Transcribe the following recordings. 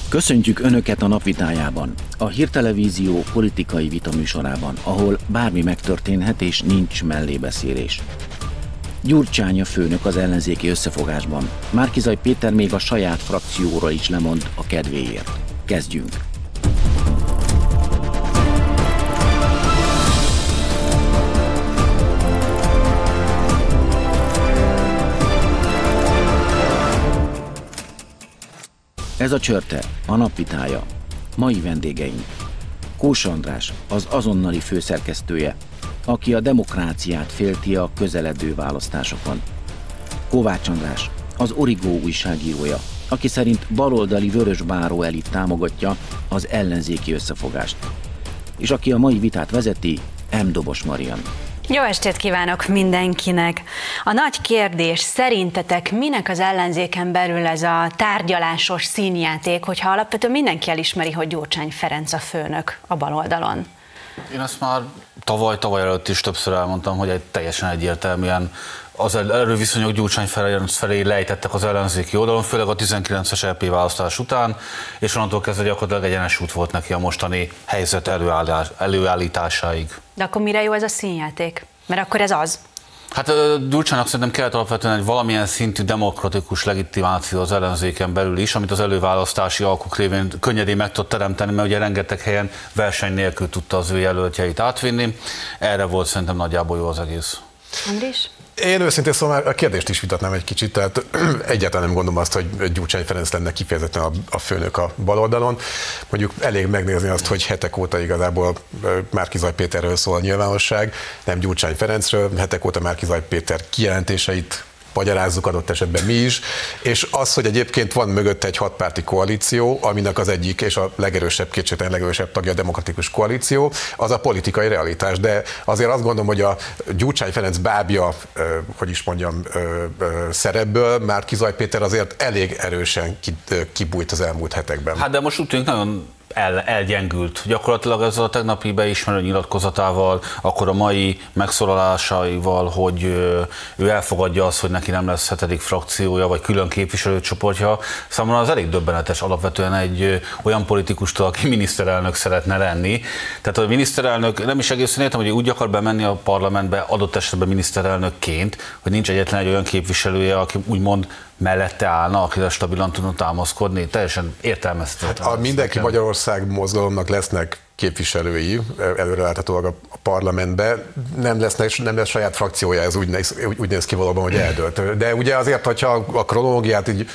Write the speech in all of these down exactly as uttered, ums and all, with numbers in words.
Köszöntjük Önöket a Napvitájában, a Hírtelevízió politikai vitaműsorában, ahol bármi megtörténhet és nincs mellébeszélés. Gyurcsány a főnök az ellenzéki összefogásban. Márki-Zay Péter még a saját frakcióra is lemond a kedvéért. Kezdjünk! Ez a Csörte, a Napvitája. Mai vendégeink: Kós András, az azonnali főszerkesztője, aki a demokráciát félti a közeledő választásokon. Kovács András, az Origó újságírója, aki szerint baloldali vörösbáró elit támogatja az ellenzéki összefogást. És aki a mai vitát vezeti, M. Dobos Marian. Jó estét kívánok mindenkinek! A nagy kérdés, szerintetek minek az ellenzéken belül ez a tárgyalásos színjáték, hogyha alapvetően mindenki elismeri, hogy Gyurcsány Ferenc a főnök a baloldalon? Én ezt már tavaly, tavaly előtt is többször elmondtam, hogy egy teljesen egyértelműen az erőviszonyok Gyurcsány Ferenc felé lejtettek az ellenzéki oldalon, főleg a tizenkilences é pé választás után, és onnantól kezdve gyakorlatilag egyenes út volt neki a mostani helyzet előállítás, előállításáig. De akkor mire jó ez a színjáték? Mert akkor ez az. Hát Gyurcsánynak szerintem kellett alapvetően egy valamilyen szintű demokratikus legitimáció az ellenzéken belül is, amit az előválasztási alkuk révén könnyedén meg tud teremteni, mert ugye rengeteg helyen verseny nélkül tudta az ő jelöltjeit átvinni. Erre volt szerintem nagyjából jó az egész. Andris? Én őszintén szóval a kérdést is vitatnám egy kicsit, tehát egyáltalán nem gondolom azt, hogy Gyurcsány Ferenc lenne kifejezetten a, a főnök a baloldalon. Mondjuk elég megnézni azt, hogy hetek óta igazából Márki-Zay Péterről szól a nyilvánosság, nem Gyurcsány Ferencről, hetek óta Márki-Zay Péter kijelentéseit magyarázzuk adott esetben mi is, és az, hogy egyébként van mögötte egy hatpárti koalíció, aminek az egyik és a legerősebb, kétségtelen legerősebb tagja a demokratikus koalíció, az a politikai realitás. De azért azt gondolom, hogy a Gyurcsány Ferenc bábja, hogy is mondjam, szerepből Márki-Zay Péter azért elég erősen kibújt az elmúlt hetekben. Hát de most úgy tűnik nagyon El, elgyengült. Gyakorlatilag ezzel a tegnapi beismerő nyilatkozatával, akkor a mai megszólalásaival, hogy ő elfogadja azt, hogy neki nem lesz hetedik frakciója, vagy külön képviselőcsoportja. Számomra az elég döbbenetes alapvetően egy olyan politikustól, aki miniszterelnök szeretne lenni. Tehát a miniszterelnök, nem is egészen értem, hogy úgy akar bemenni a parlamentbe adott esetben miniszterelnökként, hogy nincs egyetlen egy olyan képviselője, aki úgymond mellette állna, akire stabilan tudna támaszkodni, teljesen értelmezhetetlen. A Mindenki Magyarország mozgalomnak lesznek képviselői, előreláthatóak a parlamentbe, nem, lesznek, nem lesz saját frakciója, ez úgy néz, úgy néz ki valóban, hogy eldőlt. De ugye azért, hogyha a kronológiát így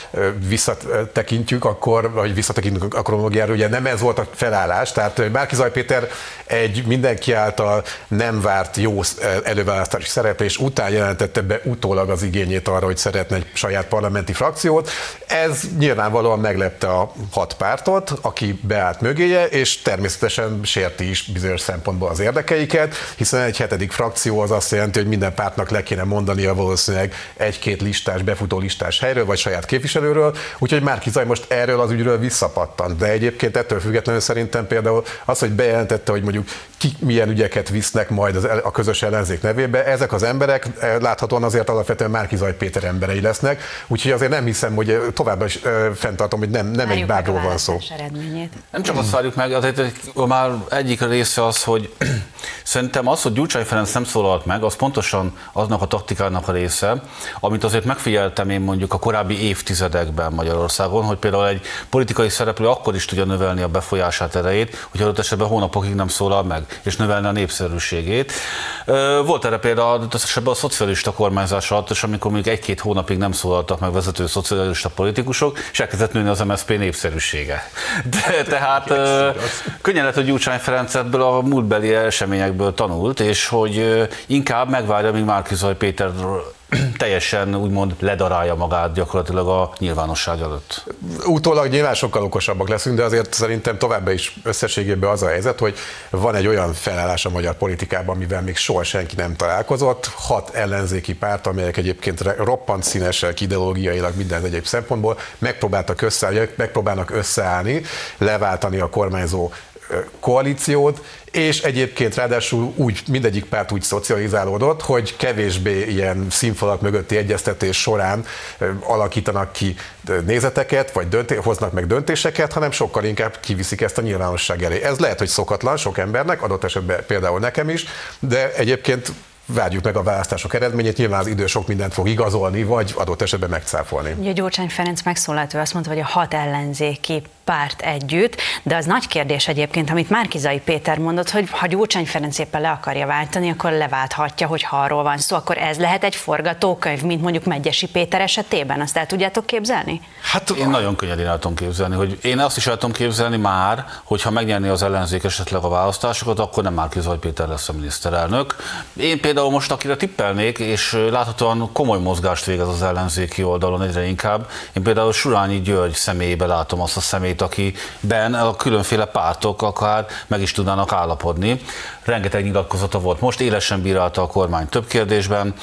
visszatekintjük, akkor, vagy visszatekintünk a kronológiára, ugye nem ez volt a felállás, tehát Márki-Zay Péter egy mindenki által nem várt jó előválasztási szereplés után jelentette be utólag az igényét arra, hogy szeretne egy saját parlamenti frakciót. Ez nyilvánvalóan meglepte a hat pártot, aki beállt mögéje, és természetesen sérti is bizonyos szempontból az érdekeiket, hiszen egy hetedik frakció az azt jelenti, hogy minden pártnak le kéne mondania valószínűleg egy-két listás, befutó listás helyről, vagy saját képviselő. Úgyhogy Márki-Zay most erről az ügyről visszapattant. De egyébként ettől függetlenül szerintem például az, hogy bejelentette, hogy mondjuk ki milyen ügyeket visznek majd az, a közös ellenzék nevébe, ezek az emberek láthatóan azért alapvetően Márki-Zay Péter emberei lesznek, úgyhogy azért nem hiszem, hogy továbbra is fenntartom, hogy nem, nem egy bábról van szó. Nem csak azt várjuk meg, azért már egyik része az, hogy szerintem az, hogy Gyurcsány Ferenc nem szólalt meg, az pontosan aznak a taktikának a része, amit azért megfigyeltem én mondjuk a korábbi évtizedekben Magyarországon, hogy például egy politikai szereplő akkor is tudja növelni a befolyását, erejét, hogy adott esetben hónapokig nem szólal meg, és növelni a népszerűségét. Volt erre például adott esetben a szocialista kormányzás alatt, és amikor mondjuk egy-két hónapig nem szólaltak meg vezető szocialista politikusok, és elkezdett nőni az em es zé pé népszerűsége. De, tehát könnyen lehet, hogy Gyurcsány Ferenc ebből a múltbeli eseményekből tanult, és hogy inkább megvárja, míg Márki-Zay Péter teljesen úgymond ledarálja magát gyakorlatilag a nyilvánosság előtt. Utólag nyilván sokkal okosabbak leszünk, de azért szerintem továbbá is összességében az a helyzet, hogy van egy olyan felállás a magyar politikában, amivel még soha senki nem találkozott. Hat ellenzéki párt, amelyek egyébként roppant színesek ideológiailag minden egyéb szempontból, megpróbáltak összeállni, megpróbálnak összeállni, leváltani a kormányzó koalíciót, és egyébként ráadásul úgy, mindegyik párt úgy szocializálódott, hogy kevésbé ilyen színfalak mögötti egyeztetés során alakítanak ki nézeteket, vagy dönté- hoznak meg döntéseket, hanem sokkal inkább kiviszik ezt a nyilvánosság elé. Ez lehet, hogy szokatlan sok embernek, adott esetben például nekem is, de egyébként várjuk meg a választások eredményét, nyilván az idő sok mindent fog igazolni, vagy adott esetben megcáfolni. Ugye Gyurcsány Ferenc megszólalt, ő azt mondta, hogy a hat ellenzéki párt együtt, de az nagy kérdés egyébként, amit Márki-Zay Péter mondott, hogy ha Gyurcsány Ferenc éppen le akarja váltani, akkor leválthatja, hogy ha arról van szó, akkor ez lehet egy forgatókönyv, mint mondjuk Medgyessy Péter esetében, azt el tudjátok képzelni? Hát én nagyon könnyedén el tudom képzelni, hogy én azt is el tudom képzelni már, hogy ha megnyerni az ellenzék esetleg a választásokat, akkor nem Márki-Zay Péter lesz a miniszterelnök. Én például most akire tippelnék, és láthatóan komoly mozgást végez az ellenzéki oldalon egyre inkább, én például Surányi György személyébe látom azt a személyt, akiben a különféle pártok akár meg is tudnának állapodni. Rengeteg nyilatkozata volt most, élesen bírálta a kormány több kérdésben,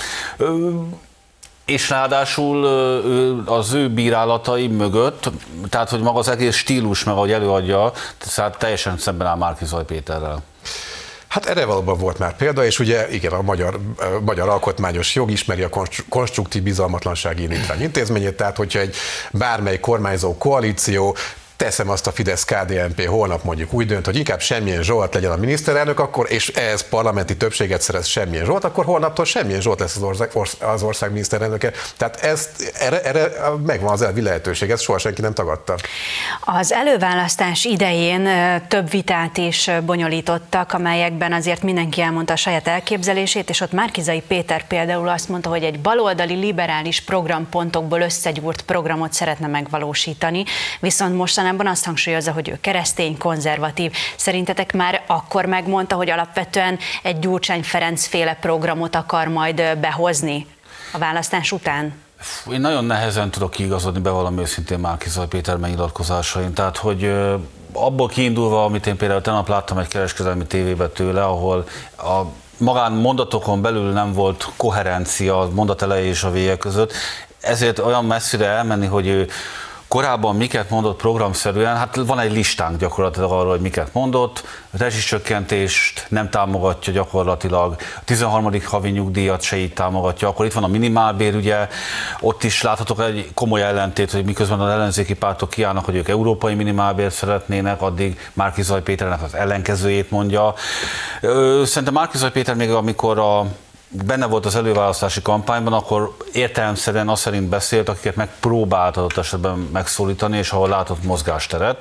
és ráadásul az ő bírálatai mögött, tehát hogy maga az egész stílus, meg ahogy előadja, tehát teljesen szemben áll Márki-Zay Péterrel. Hát erre valóban volt már példa, és ugye igen, a magyar, a magyar alkotmányos jog ismeri a konstruktív bizalmatlansági indítvány intézményét, tehát hogyha egy bármely kormányzó koalíció, teszem azt a Fidesz-ká dé en pé holnap mondjuk úgy dönt, hogy inkább Semmilyen Zsolt legyen a miniszterelnök, akkor, és ehhez parlamenti többséget szerez Semmilyen Zsolt, akkor holnaptól Semmilyen Zsolt lesz az ország, az ország miniszterelnöke. Tehát ezt, erre, erre megvan az elvi lehetőség, ezt soha senki nem tagadta. Az előválasztás idején több vitát is bonyolítottak, amelyekben azért mindenki elmondta a saját elképzelését, és ott Márki-Zay Péter például azt mondta, hogy egy baloldali liberális programpontokból összegyúrt programot szeretne megvalósítani, viszont mostanában azt hangsúlyozza, hogy ő keresztény, konzervatív. Szerintetek már akkor megmondta, hogy alapvetően egy Gyurcsány Ferenc féle programot akar majd behozni a választás után? Én nagyon nehezen tudok kiigazodni, bevallom őszintén Márki-Zay Péter megnyilatkozásain. Tehát, hogy abból kiindulva, amit én például tegnap láttam egy kereskedelmi tévében tőle, ahol a magán mondatokon belül nem volt koherencia a mondat eleje és a vége között, ezért olyan messzire elmenni, hogy ő korábban miket mondott programszerűen, hát van egy listánk gyakorlatilag arról, hogy miket mondott, rezsicsökkentést nem támogatja gyakorlatilag, a tizenharmadik havi nyugdíjat se így támogatja, akkor itt van a minimálbér, ugye, ott is láthatok egy komoly ellentét, hogy miközben az ellenzéki pártok kiállnak, hogy ők európai minimálbért szeretnének, addig Márki-Zay Péternek az ellenkezőjét mondja. Szerintem Márki-Zay Péter még amikor a benne volt az előválasztási kampányban, akkor értelemszerűen azt szerint beszélt, akiket megpróbált adott esetben megszólítani, és ahol látott mozgásteret.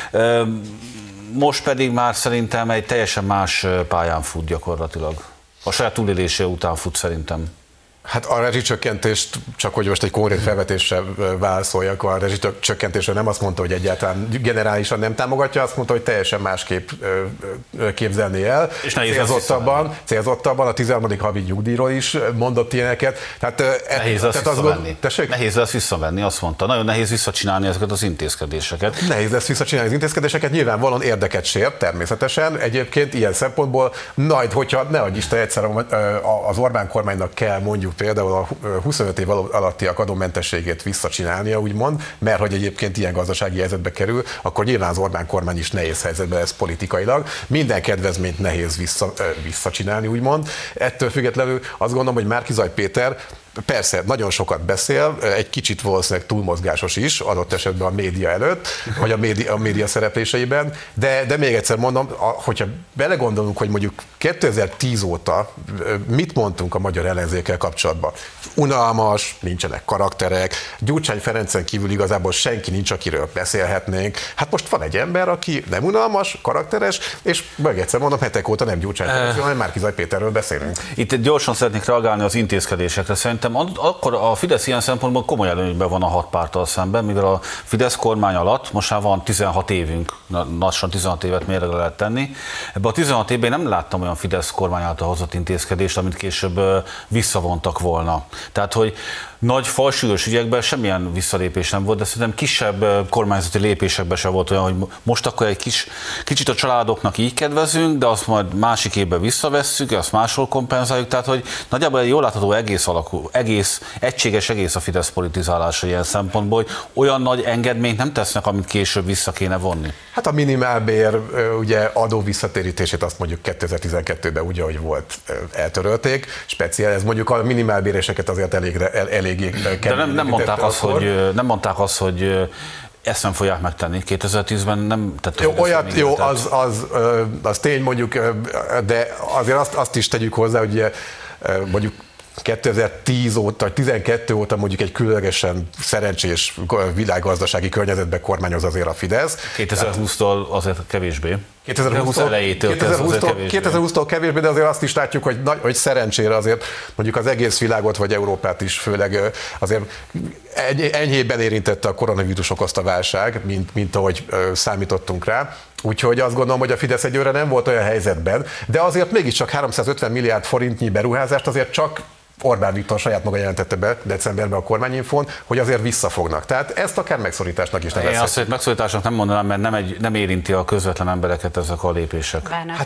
Most pedig már szerintem egy teljesen más pályán fut gyakorlatilag. A saját túlélése után fut szerintem. Hát a rezsicsökkentést, csak hogy most egy konkrét felvetésre válaszoljak, a rezsicsökkentésre nem azt mondta, hogy egyáltalán generálisan nem támogatja, azt mondta, hogy teljesen másképp képzelné el. És célzottabban, célzottabban a tizenharmadik havi nyugdíjról is mondott ilyeneket. Tehát, nehéz lesz visszavenni. Nehéz lesz visszavenni, azt mondta. Nagyon nehéz visszacsinálni ezeket az intézkedéseket. Nehéz lesz visszacsinálni az intézkedéseket, nyilvánvalóan érdeket sért természetesen. Egyébként ilyen szempontból, majd, hogyha ne adj Isten egyszer az Orbán kormánynak kell mondjuk például a huszonöt év alattiak adómentességét visszacsinálnia, úgymond, mert hogy egyébként ilyen gazdasági helyzetbe kerül, akkor nyilván az Orbán kormány is nehéz helyzetben lesz politikailag. Minden kedvezményt nehéz vissza, visszacsinálni, úgymond. Ettől függetlenül azt gondolom, hogy Márki-Zay Péter persze, nagyon sokat beszél, egy kicsit valószínűleg túlmozgásos is, adott esetben a média előtt, vagy a média, a média szerepléseiben, de, de még egyszer mondom, hogyha belegondolunk, hogy mondjuk kétezer-tíz óta mit mondtunk a magyar ellenzékkel kapcsolatban. Unalmas, nincsenek karakterek, Gyurcsány Ferencen kívül igazából senki nincs, akiről beszélhetnénk. Hát most van egy ember, aki nem unalmas, karakteres, és még egyszer mondom, hetek óta nem Gyurcsány Ferencről, hanem Márki-Zay Péterről beszélünk. Itt gyorsan szeretnék reagálni az intézkedésekre. Szerintem akkor a Fidesz ilyen szempontból komoly előnyben van a hat párttal szemben, mivel a Fidesz kormány alatt most már van tizenhat évünk, lassan tizenhat évet mérlegre lehet tenni. Ebben a tizenhat évben nem láttam olyan Fidesz kormány által hozott intézkedést, amit később visszavontak volna. Tehát, hogy nagy falsúlyos ügyekben semmilyen visszalépés nem volt, de szerintem kisebb kormányzati lépésekben sem volt olyan, hogy most akkor egy kis, kicsit a családoknak így kedvezünk, de azt majd másik évben visszavesszük, azt máshol kompenzáljuk, tehát hogy nagyjából egy jól látható egész alakú, egész, egységes egész a Fidesz politizálása ilyen szempontból, hogy olyan nagy engedményt nem tesznek, amit később vissza kéne vonni. Hát a minimálbér ugye adó visszatérítését azt mondjuk kétezer-tizenkettőben úgy, ahogy volt, eltörölték, speciál, ez mondjuk a minimálbéréseket azért elég, eléggé de nem, nem, mondták azt, hogy, nem mondták azt, hogy ezt nem fogják megtenni. kétezer-tízben nem tettek. Jó, olyat, jó, az, az, az tény mondjuk, de azért azt, azt is tegyük hozzá, hogy mondjuk kétezer-tíz óta, vagy tizenkettő óta mondjuk egy különlegesen szerencsés világgazdasági környezetben kormányoz azért a Fidesz. kétezer-húsztól azért kevésbé. kétezer-húsztól elejétől kétezer-húsztól, kétezer-húsztól kevésbé, de azért azt is látjuk, hogy, hogy szerencsére azért mondjuk az egész világot, vagy Európát is főleg azért enyhében érintette a koronavírus okozta válság, mint, mint ahogy számítottunk rá. Úgyhogy azt gondolom, hogy a Fidesz egyőre nem volt olyan helyzetben, de azért mégiscsak háromszázötven milliárd forintnyi beruházást azért csak Orbán Viktor saját maga jelentette be decemberben a kormányinfón, hogy azért visszafognak. Tehát ezt akár megszorításnak is nevezhetjük. Én azt, hogy megszorításnak nem mondanám, mert nem, egy, nem érinti a közvetlen embereket ezek a lépések. Hát,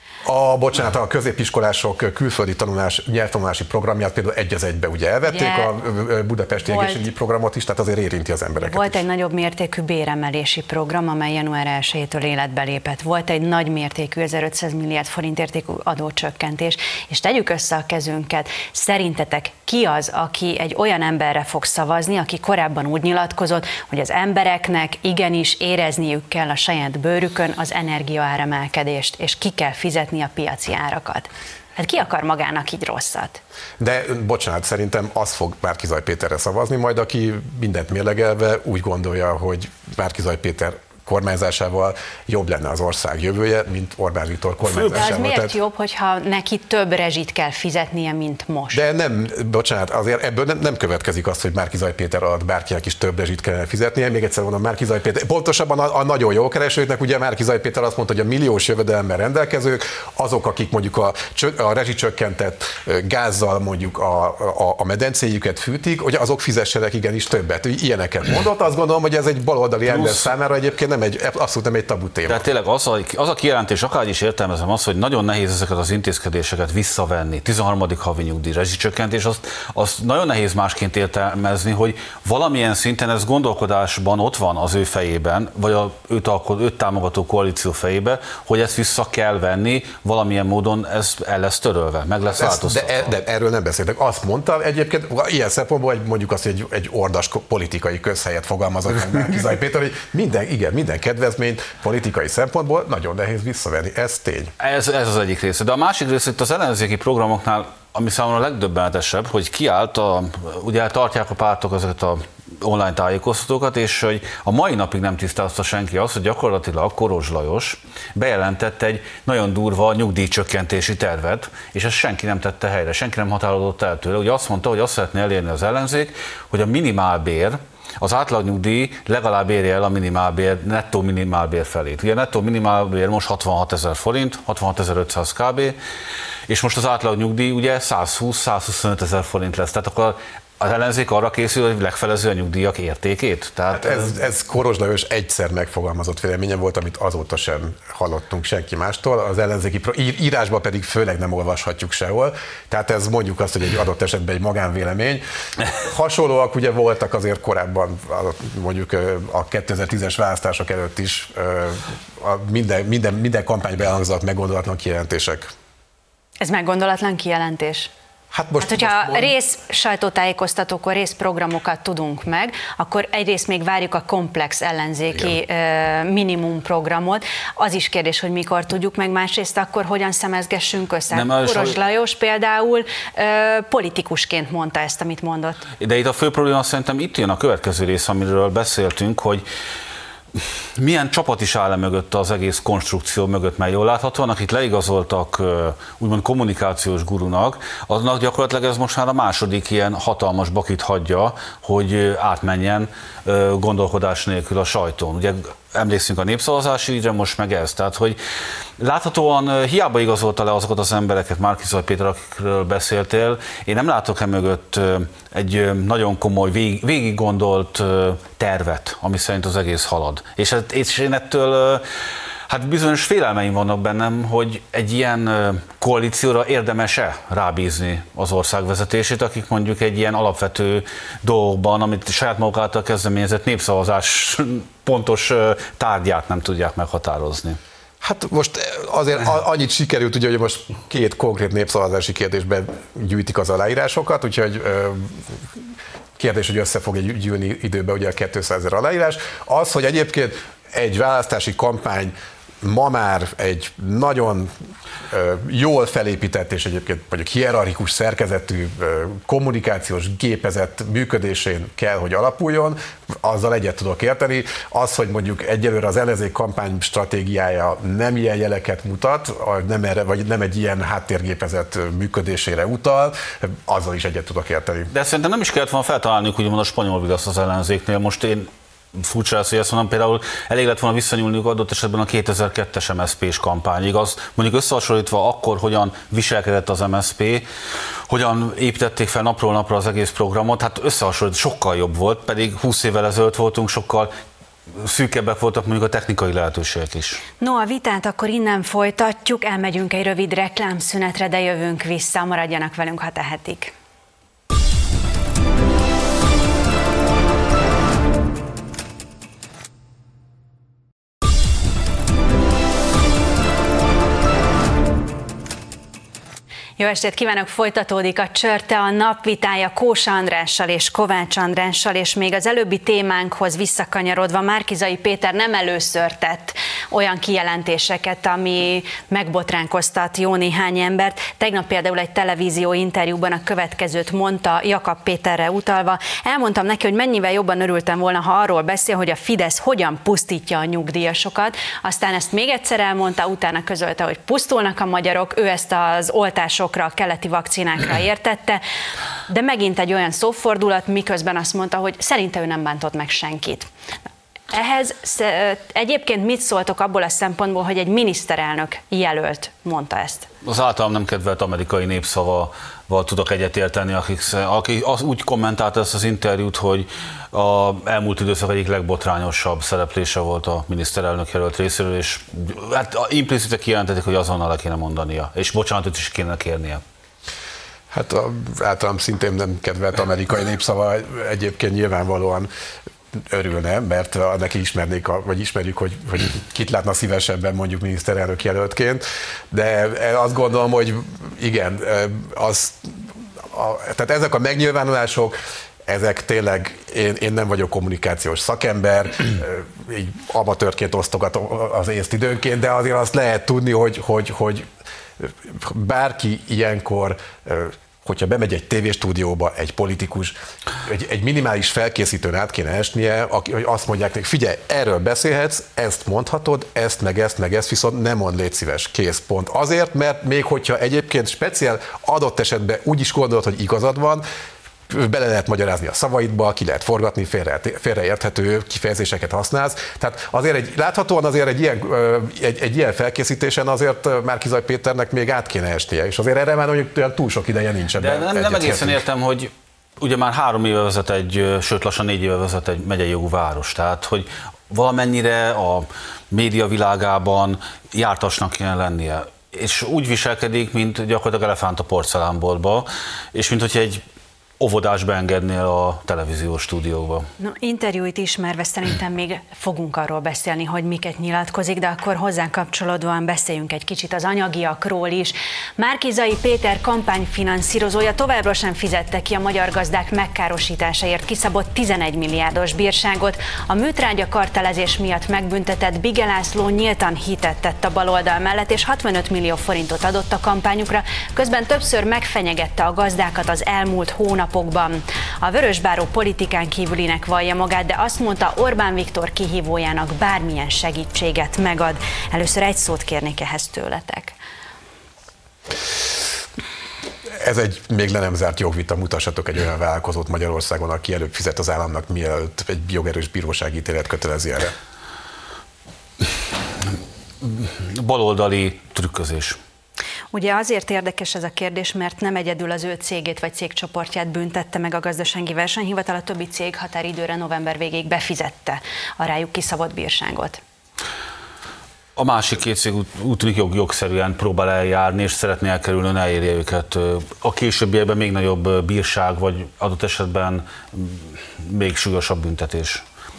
a, bocsánat, a középiskolások külföldi tanulás, nyelvtanulási programját például egy az egybe ugye elvették, ugye, a budapesti volt, egészségügyi programot is, tehát azért érinti az embereket. Volt is. egy nagyobb mértékű béremelési program, amely január elsejétől életbe lépett. Volt egy nagy mértékű ezerötszáz milliárd forint értékű adócsökkentés, és tegyük össze a kezünket. Szerintetek ki az, aki egy olyan emberre fog szavazni, aki korábban úgy nyilatkozott, hogy az embereknek igenis érezniük kell a saját bőrükön az energiaáremelkedést, és ki kell fizetni a piaci árakat. Hát ki akar magának így rosszat? De bocsánat, szerintem az fog Márki-Zay Péterre szavazni, majd aki mindent mérlegelve úgy gondolja, hogy Márki-Zay Péter kormányzásával jobb lenne az ország jövője, mint Orbán Viktor kormányzásával. De az miért Tehát... jobb, hogyha neki több rezsit kell fizetnie, mint most? De nem, bocsánat, azért ebből nem, nem következik az, hogy Márki-Zay Péter alatt bárkinek is több rezsit kellene fizetnie. Még egyszer mondom, Márki-Zay Péter, pontosabban a, a nagyon jó keresőknek, ugye Márki-Zay Péter azt mondta, hogy a milliós jövedelemmel rendelkezők, azok, akik mondjuk a, a rezsicsökkentett gázzal mondjuk a, a, a medencéjüket fűtik, hogy azok fizessenek igenis többet. Ilyeneket mondott. Azt gondolom, hogy ez egy baloldali ember számára egyébként nem egy, abszolút nem egy tabu téma. Tehát tényleg az a, az a kijelentés, akár is értelmezem az, hogy nagyon nehéz ezeket az intézkedéseket visszavenni. tizenharmadik havi nyugdíj, rezsicsökkentés, azt, azt nagyon nehéz másként értelmezni, hogy valamilyen szinten ez gondolkodásban ott van az ő fejében, vagy a őt, őt támogató koalíció fejében, hogy ezt vissza kell venni, valamilyen módon ez el lesz törölve, meg lesz változtatva. De, de erről nem beszéltek. Azt mondtam egyébként, ilyen szempontból egy, mondjuk azt, hogy egy, egy ordas politikai közhelyet fogalmazott meg Márki-Zay Péter, hogy minden, igen, minden kedvezményt politikai szempontból nagyon nehéz visszavenni. Ez tény. Ez, ez az egyik része. De a másik része itt az ellenzéki programoknál, ami számomra a legdöbbenetesebb, hogy kiállt, a, ugye tartják a pártok ezeket a online tájékoztatókat, és hogy a mai napig nem tisztázta senki azt, hogy gyakorlatilag Koros Lajos bejelentett egy nagyon durva nyugdíjcsökkentési tervet, és ezt senki nem tette helyre, senki nem határolódott el tőle. Ugye azt mondta, hogy azt szeretné elérni az ellenzék, hogy a minimálbér, az átlagnyugdíj legalább érje el a minimálbér, nettó minimálbér felét. Ugye a nettó minimálbér most hatvanhat ezer forint, hatvanhat ezer ötszáz kb. És most az átlagnyugdíj ugye százhúsz-százhuszonöt ezer forint lesz. Tehát akkor az ellenzék arra készül, hogy legfelező a nyugdíjak értékét? Tehát hát ez, ez Koros Lajos egyszer megfogalmazott véleményem volt, amit azóta sem hallottunk senki mástól, az ellenzéki írásban pedig főleg nem olvashatjuk sehol, tehát ez mondjuk azt, hogy egy adott esetben egy magánvélemény. Hasonlóak ugye voltak azért korábban, mondjuk a kétezer-tízes választások előtt is minden, minden, minden kampányban elhangzott meggondolatlan kijelentések. Ez meggondolatlan kijelentés? Hát, most, hát hogyha most rész sajtótájékoztatókor részprogramokat tudunk meg, akkor egyrészt még várjuk a komplex ellenzéki Igen. minimum programot. Az is kérdés, hogy mikor tudjuk meg, másrészt akkor hogyan szemezgessünk össze. Nem, Koros Lajos például politikusként mondta ezt, amit mondott. De itt a fő probléma szerintem itt jön a következő rész, amiről beszéltünk, hogy milyen csapat is áll mögött az egész konstrukció mögött, mert jól láthatóan, akik leigazoltak úgymond kommunikációs gurunak, aznak gyakorlatilag ez most már a második ilyen hatalmas bakit hagyja, hogy átmenjen gondolkodás nélkül a sajtón. Ugye emlékszünk a népszavazási ügyre, most meg ez. Tehát, hogy láthatóan hiába igazolta le azokat az embereket, Márki-Zay Péter, akikről beszéltél, én nem látok e mögött egy nagyon komoly, végig, végig gondolt tervet, ami szerint az egész halad. És, és én ettől hát bizonyos félelmeim vannak bennem, hogy egy ilyen koalícióra érdemes-e rábízni az ország vezetését, akik mondjuk egy ilyen alapvető dolgokban, amit saját maguk által kezdeményezett népszavazás pontos tárgyát nem tudják meghatározni. Hát most azért annyit sikerült, ugye, hogy most két konkrét népszavazási kérdésben gyűjtik az aláírásokat, úgyhogy kérdés, hogy össze fog gyűlni időben ugye a kétszázezer aláírás. Az, hogy egyébként egy választási kampány ma már egy nagyon jól felépített és egyébként mondjuk hierarchikus szerkezetű kommunikációs gépezet működésén kell, hogy alapuljon, azzal egyet tudok érteni. Az, hogy mondjuk egyelőre az ellenzék kampány stratégiája nem ilyen jeleket mutat, nem erre, vagy nem egy ilyen háttérgépezet működésére utal, azzal is egyet tudok érteni. De szerintem nem is kellett volna feltalálniuk úgymond a spanyol vigaszt az ellenzéknél. Most én furcsa lesz, hogy ezt mondom, például elég lett volna visszanyúlniuk adott esetben a kétezer-kettes em es zé pés kampányig. Az mondjuk összehasonlítva akkor, hogyan viselkedett az em es zé pé, hogyan építették fel napról napra az egész programot, hát összehasonlítva sokkal jobb volt, pedig húsz évvel ezelőtt voltunk, sokkal szűkebbek voltak mondjuk a technikai lehetőségek is. No, a vitát akkor innen folytatjuk, elmegyünk egy rövid reklámszünetre, de jövünk vissza, maradjanak velünk, ha tehetik. Jó estét kívánok, folytatódik a Csörte, a napvitája Kósa Andrással és Kovács Andrással, és még az előbbi témánkhoz visszakanyarodva Márki-Zay Péter nem először tett olyan kijelentéseket, ami megbotránkoztat jó néhány embert. Tegnap például egy televízió interjúban a következőt mondta, Jakab Péterre utalva. Elmondtam neki, hogy mennyivel jobban örültem volna, ha arról beszél, hogy a Fidesz hogyan pusztítja a nyugdíjasokat. Aztán ezt még egyszer elmondta, utána közölte, hogy pusztulnak a magyarok, ő ezt az oltások a keleti vakcinákra értette, de megint egy olyan szófordulat, miközben azt mondta, hogy szerinte ő nem bántott meg senkit. Ehhez egyébként mit szóltok abból a szempontból, hogy egy miniszterelnök jelölt mondta ezt? Az általam nem kedvelt amerikai népszavaval tudok egyetérteni, akik, akik az úgy kommentálta ezt az interjút, hogy az elmúlt időszak egyik legbotrányosabb szereplése volt a miniszterelnök jelölt részéről, és hát implicite kijelentették, hogy azonnal le kéne mondania, és bocsánatot is kéne kérnie. Hát a, általam szintén nem kedvelt amerikai népszava egyébként nyilvánvalóan örülne, mert neki ismernék, vagy ismerjük, hogy, hogy kit látna szívesebben mondjuk miniszterelnök jelöltként, de azt gondolom, hogy igen, az, a, tehát ezek a megnyilvánulások, ezek tényleg, én, én nem vagyok kommunikációs szakember, így amatőrként osztogatom az észt időnként, de azért azt lehet tudni, hogy, hogy, hogy bárki ilyenkor, hogyha bemegy egy tévéstúdióba egy politikus, egy, egy minimális felkészítőn át kéne esnie, aki, hogy azt mondják neki, figyelj, erről beszélhetsz, ezt mondhatod, ezt, meg ezt, meg ezt, viszont nem mond, légy szíves, kész, pont. Azért, mert még hogyha egyébként speciál adott esetben úgy is gondolod, hogy igazad van, bele lehet magyarázni a szavaidba, ki lehet forgatni, félre, félreérthető kifejezéseket használsz. Tehát azért egy, láthatóan azért egy ilyen, egy, egy ilyen felkészítésen azért Márki-Zay Péternek még át kéne esnie, és azért erre már mondjuk olyan túl sok ideje nincs. De nem, nem egészen értem, hogy ugye már három éve vezet egy, sőt lassan négy éve vezet egy megyei jogú város, tehát hogy valamennyire a média világában jártasnak kéne lennie, és úgy viselkedik, mint gyakorlatilag elefánt a porcelánboltba, és mint hogy egy óvodás beengednél a televíziós stúdióba. No, interjúit ismerve szerintem még fogunk arról beszélni, hogy miket nyilatkozik, de akkor hozzá kapcsolódóan beszéljünk egy kicsit az anyagiakról is. Márki-Zay Péter kampányfinanszírozója továbbra sem fizette ki a magyar gazdák megkárosításáért kiszabott tizenegy milliárdos bírságot. A műtrágya kartelezés miatt megbüntetett Bige László nyíltan hitet tett a baloldal mellett, és hatvanöt millió forintot adott a kampányukra, közben többször megfenyegette a gazdákat az elmúlt hónap napokban. A Vörösbáró politikán kívülinek vallja magát, de azt mondta, Orbán Viktor kihívójának bármilyen segítséget megad. Először egy szót kérnék ehhez tőletek. Ez egy még le nem zárt jogvita, mutassatok egy olyan vállalkozót Magyarországon, aki előbb fizet az államnak, mielőtt egy jogerős bírósági ítélet kötelezi erre. Baloldali trükközés. Ugye azért érdekes ez a kérdés, mert nem egyedül az ő cégét vagy cégcsoportját büntette meg a gazdasági versenyhivatal, a többi cég határidőre november végéig befizette a rájuk kiszabott bírságot. A másik két cég úgy tűnik jog, jogszerűen próbál eljárni, és szeretné elkerülni, hogy ne érje őket. A későbbiekben még nagyobb bírság, vagy adott esetben még súlyosabb büntetés.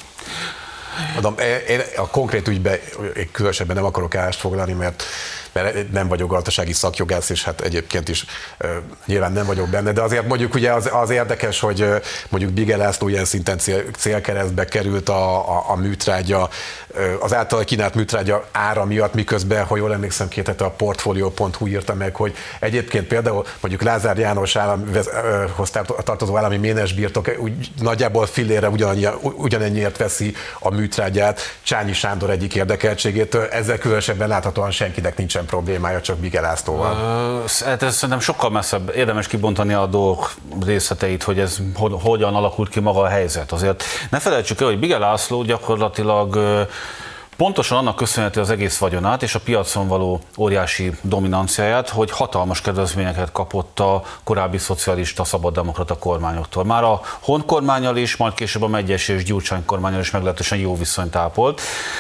Adom, én a konkrét ügyben különösebben nem akarok állást foglalni, mert, mert nem vagyok gazdasági szakjogász, és hát egyébként is uh, nyilván nem vagyok benne, de azért mondjuk ugye az, az érdekes, hogy uh, mondjuk Bige László ilyen szinten cél, célkeresztbe került a, a, a műtrágya, uh, az általa kínált műtrágya ára miatt, miközben, ha jól emlékszem, két hete a portfolio pont hu írta meg, hogy egyébként például mondjuk Lázár János államhoz tartozó állami ménesbirtok úgy nagyjából fillére ugyanannyi, ugyanennyiért veszi a műtrágyát Csányi Sándor egyik érdekeltségétől, ezzel különösebben láthatóan senkinek nincsen problémája, csak Bige Lászlóval. Hát ez szerintem sokkal messzebb, érdemes kibontani a dolgok részleteit, hogy ez hogyan alakult ki maga a helyzet. Azért ne felejtsük el, hogy Bige László gyakorlatilag pontosan annak köszönheti az egész vagyonát és a piacon való óriási dominanciáját, hogy hatalmas kedvezményeket kapott a korábbi szocialista szabaddemokrata kormányoktól. Már a Hon kormánnyal is, majd később a Medgyessy és Gyurcsány kormánnyal is meglehetősen jó viszonyt ápolt.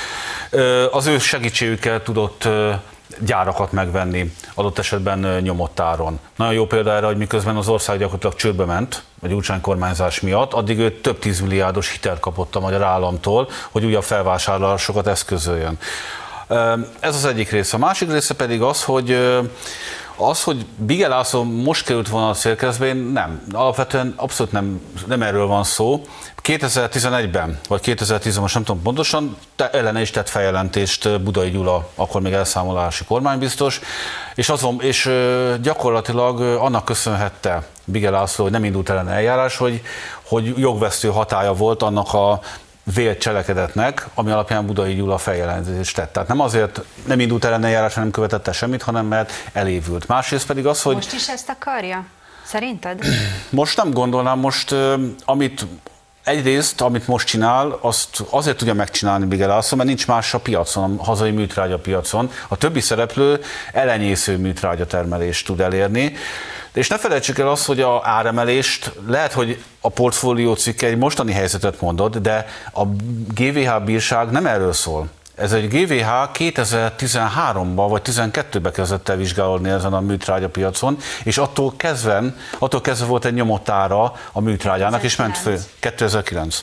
Az ő segítségükkel tudott gyárakat megvenni, adott esetben nyomott áron. Nagyon jó példa erre, hogy miközben az ország gyakorlatilag csődbe ment a Gyurcsány kormányzás miatt, addig ő több tízmilliárdos hitelt kapott a magyar államtól, hogy újabb felvásárlásokat eszközöljön. Ez az egyik része. A másik része pedig az, hogy az, hogy Bige László most került volna a célkeresztbe, nem. Alapvetően abszolút nem, nem erről van szó. kétezer-tizenegyben, vagy kétezer-tízben, most nem tudom pontosan, ellene is tett feljelentést Budai Gyula, akkor még elszámolási kormánybiztos, és, azon, és gyakorlatilag annak köszönhette Bige László, hogy nem indult ellen eljárás, hogy, hogy jogvesztő hatálya volt annak a vélt cselekedetnek, ami alapján Budai Gyula feljelentést tett. Tehát nem azért nem indult ellen eljárás, nem követette semmit, hanem mert elévült. Másrészt pedig az, hogy... Most is ezt akarja? Szerinted? Most nem gondolnám, most amit egyrészt, amit most csinál, azt azért tudja megcsinálni Bige László, mert nincs más a piacon, a hazai műtrágya piacon. A többi szereplő elenyésző műtrágya termelést tud elérni. És ne felejtsük el azt, hogy a áremelést lehet, hogy a portfólió cikke egy mostani helyzetet mondott, de a gé vé há bírság nem erről szól. Ez egy gé vé há kétezer-tizenháromban vagy tizenkettőben kezdett el vizsgálódni ezen a műtrágyapiacon, és attól kezdve, attól kezdve volt egy nyomott ára a műtrágyának, és ment fő. kétezer-kilenc.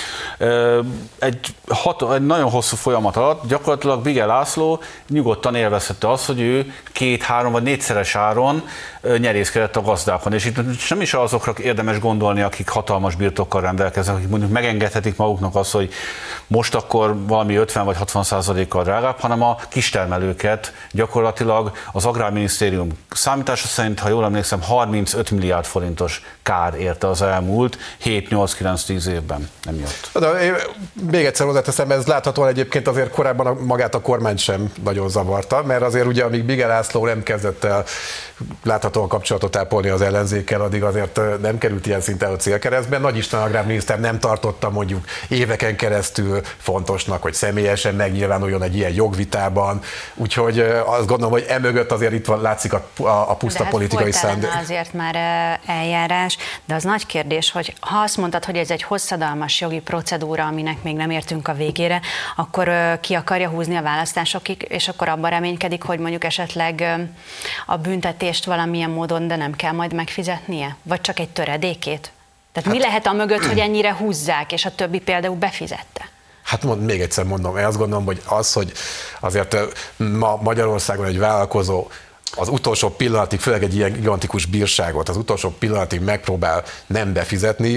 Egy, hat, egy nagyon hosszú folyamat alatt gyakorlatilag Bige László nyugodtan élvezhette azt, hogy ő két, három vagy négyszeres áron nyerészkedett a gazdákon. És itt nem is azokra érdemes gondolni, akik hatalmas birtokkal rendelkeznek, akik mondjuk megengedhetik maguknak azt, hogy most akkor valami ötven vagy hatvan százalékkal drágább, hanem a kistermelőket gyakorlatilag az Agrárminisztérium számítása szerint, ha jól emlékszem, harmincöt milliárd forintos kár érte az elmúlt hét-nyolc-kilenc-tíz évben. Nem jött. De én még egyszer hozzáteszem, ez láthatóan egyébként azért korábban a, magát a kormányt sem nagyon zavarta, mert azért ugye amíg Bige László nem kezdett el láthatóan kapcsolatot ápolni az ellenzékkel, addig azért nem került ilyen szinten a célkeresztbe. Nagy István agrárminiszter nem tartotta mondjuk éveken keresztül fontosnak, hogy személyesen megnyilvánuljon egy ilyen jogvitában, úgyhogy azt gondolom, hogy emögött azért itt van, látszik a, a, a puszta hát politikai szándék. Azért már eljárás, de az nagy kérdés, hogy ha azt mondtad, hogy ez egy hosszadalmas jogi procedúra, aminek még nem értünk a végére, akkor ki akarja húzni a választásokig, és akkor abban reménykedik, hogy mondjuk esetleg a büntetést valamilyen módon, de nem kell majd megfizetnie? Vagy csak egy töredékét? Tehát hát, mi lehet a mögött, hogy ennyire húzzák, és a többi például befizette? Hát mond, még egyszer mondom, én azt gondolom, hogy az, hogy azért ma Magyarországon egy vállalkozó az utolsó pillanatig, főleg egy ilyen gigantikus bírságot, az utolsó pillanatig megpróbál nem befizetni,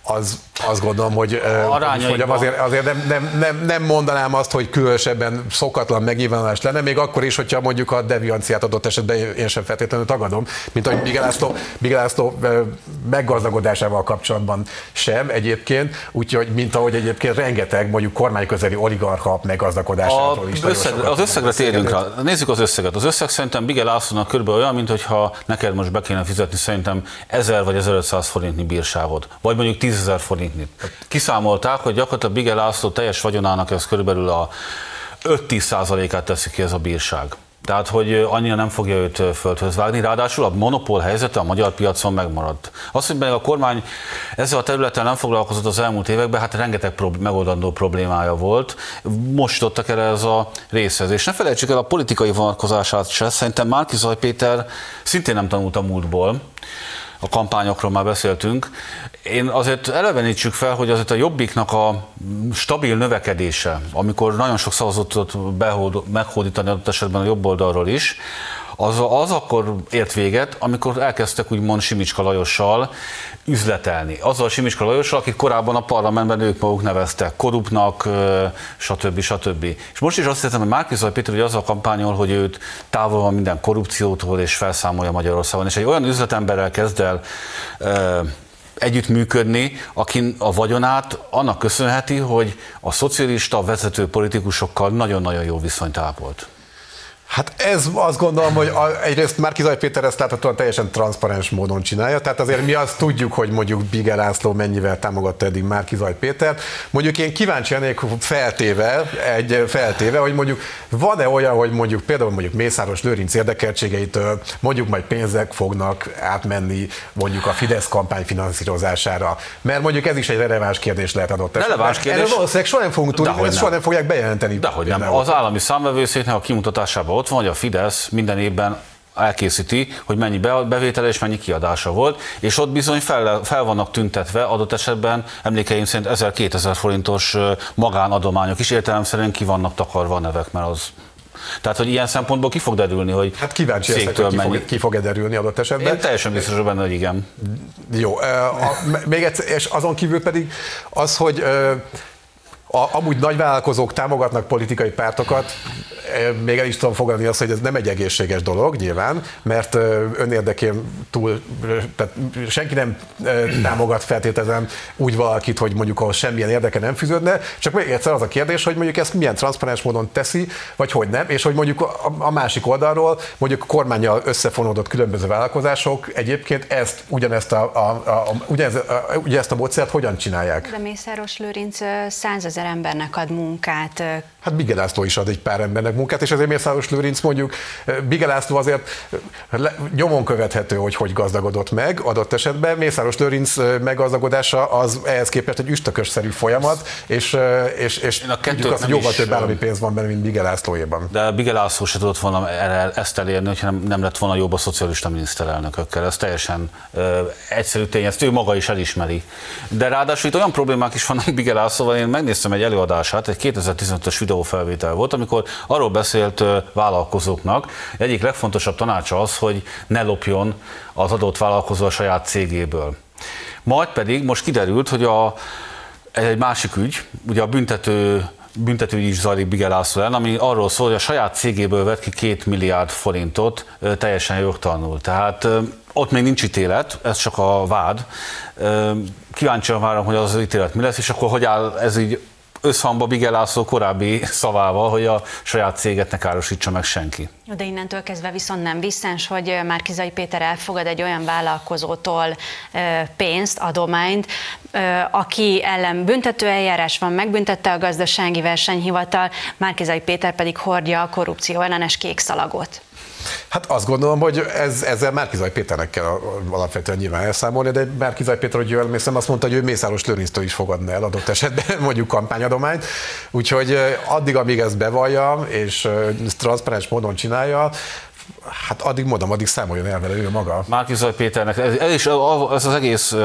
az azt gondolom, hogy, hogy mondjam, azért, azért nem, nem, nem, nem mondanám azt, hogy különösebben szokatlan megnyilvánulás lenne, még akkor is, hogyha mondjuk a devianciát adott esetben én sem feltétlenül tagadom, mint ahogy Miguel László, Miguel László meggazdagodásával kapcsolatban sem egyébként, úgyhogy mint ahogy egyébként rengeteg mondjuk kormányközeli oligarcha meggazdagodásáról is. Összeg, az összegre térjünk rá. Nézzük az összeget. Az összeg szerintem Miguel Lászlónak körülbelül olyan, mintha neked most be kéne fizetni szerintem ezer vagy ezerötszáz forintnyi bírságot, vagy mondjuk tízezer forintnyi. Kiszámolták, hogy gyakorlatilag Miguel László teljes vagyonának ez körülbelül a öt-tíz százalékát teszi ki ez a bírság. Tehát, hogy annyira nem fogja őt földhöz vágni, ráadásul a monopól helyzete a magyar piacon megmaradt. Az, hogy a kormány ezzel a területen nem foglalkozott az elmúlt években, hát rengeteg prób- megoldandó problémája volt. Most jutottak el ez a részhez. És ne felejtsük el a politikai vonatkozását se. Szerintem Márki-Zay Péter szintén nem tanult a múltból. A kampányokról már beszéltünk. Én azért elevenítsük fel, hogy azért a Jobbiknak a stabil növekedése, amikor nagyon sok szavazatot meghódítani adott esetben a jobb oldalról is, az, az akkor ért véget, amikor elkezdtek úgymond Simicska Lajossal üzletelni. Azzal Simicska Lajossal, akik korábban a parlamentben ők maguk neveztek korruptnak, stb. stb. És most is azt hiszem, hogy Márki-Zay Péter, hogy azzal kampányol, hogy őt távol van minden korrupciótól, és felszámolja Magyarországon. És egy olyan üzletemberrel kezd el együttműködni, akin a vagyonát annak köszönheti, hogy a szocialista vezető politikusokkal nagyon-nagyon jó viszonyt ápolt. Hát ez azt gondolom, hogy egyrészt Márki-Zay Péter ezt láthatóan teljesen transzparens módon csinálja, tehát azért mi azt tudjuk, hogy mondjuk Miguel László mennyivel támogatta eddig Márki-Zay Pétert. Mondjuk én kíváncsi lennék feltéve, egy feltéve, hogy mondjuk van-e olyan, hogy mondjuk például mondjuk Mészáros Lőrinc érdekeltségeitől mondjuk majd pénzek fognak átmenni mondjuk a Fidesz kampány finanszírozására, mert mondjuk ez is egy releváns kérdés lehet adott esetben. Releváns kérdés. Erről valószínűleg soha nem fogunk tudni, mert soha nem fogják bejelenteni. Dehogy nem. Az állami számvevőszéknek a kimutatásában ott van, hogy a Fidesz minden évben elkészíti, hogy mennyi bevétele és mennyi kiadása volt, és ott bizony fel, fel vannak tüntetve adott esetben emlékeim szerint ezer-kétezer forintos magánadományok is, értelemszerűen ki vannak takarva a nevek, mert az... Tehát, hogy ilyen szempontból ki fog derülni, hogy hát kíváncsi leszek, hogy ki fog, ki fog derülni adott esetben. Én teljesen biztos benne, hogy igen. Jó, a, még egyszer, és azon kívül pedig az, hogy a, amúgy nagyvállalkozók támogatnak politikai pártokat, még el is tudom fogadni azt, hogy ez nem egy egészséges dolog nyilván, mert önérdekén túl, tehát senki nem támogat feltétlenül úgy valakit, hogy mondjuk ahhoz semmilyen érdeke nem fűződne, csak még egyszer az a kérdés, hogy mondjuk ezt milyen transzparens módon teszi, vagy hogy nem, és hogy mondjuk a, a másik oldalról mondjuk a kormánnyal összefonódott különböző vállalkozások egyébként ezt, ugyanezt a, a, a, ugyanez, a, ugyanezt a módszert hogyan csinálják? De Mészáros Lőrinc százezer embernek ad munkát. Hát Miguel László is ad egy pár embernek munkát, és ezért Mészáros Lőrinc mondjuk, Miguel László azért nyomon követhető, hogy hogy gazdagodott meg adott esetben. Mészáros Lőrinc meggazdagodása az ehhez képest egy üstökösszerű folyamat, és, és, és tudjuk azt, hogy jóval több állami pénz van benne, mint Miguel Lászlóéban. De Miguel László se tudott volna ezt elérni, hogyha nem, nem lett volna jobb a szocialista miniszterelnökökkel. Ez teljesen uh, egyszerű tény, ezt ő maga is elismeri. De ráadásul itt olyan problémák is vannak Miguel Lászlóval, én megnéztem egy előadását, egy kétezer-tizenötös videófelvétel volt, amikor arról beszélt uh, vállalkozóknak, egyik legfontosabb tanácsa az, hogy ne lopjon az adott vállalkozó a saját cégéből. Majd pedig most kiderült, hogy a, egy másik ügy, ugye a büntető büntetőügy is zajlik Miguel László ellen, ami arról szól, hogy a saját cégéből vett ki két milliárd forintot teljesen jogtalanul. Tehát ott még nincs ítélet, ez csak a vád. Kíváncsian várom, hogy az, az ítélet mi lesz, és akkor hogy áll ez így összhangba Miguel László korábbi szavával, hogy a saját céget ne károsítsa meg senki. De innentől kezdve viszont nem visszens, hogy Márki-Zay Péter elfogad egy olyan vállalkozótól pénzt, adományt, aki ellen büntetőeljárás van, megbüntette a gazdasági versenyhivatal, Márki-Zay Péter pedig hordja a korrupció ellenes kék szalagot. Hát azt gondolom, hogy ez, ezzel Márki-Zay Péternek kell alapvetően nyilván elszámolni, de Márki-Zay Péter, hogy jól emlékszem, azt mondta, hogy ő Mészáros Lőrinctől is fogadna el adott esetben mondjuk kampányadományt, úgyhogy addig, amíg ezt bevallja és transzparens módon csinálja, hát addig mondom, addig számoljon el vele ő maga. Márki-Zay Péternek, ez, ez, is, ez az egész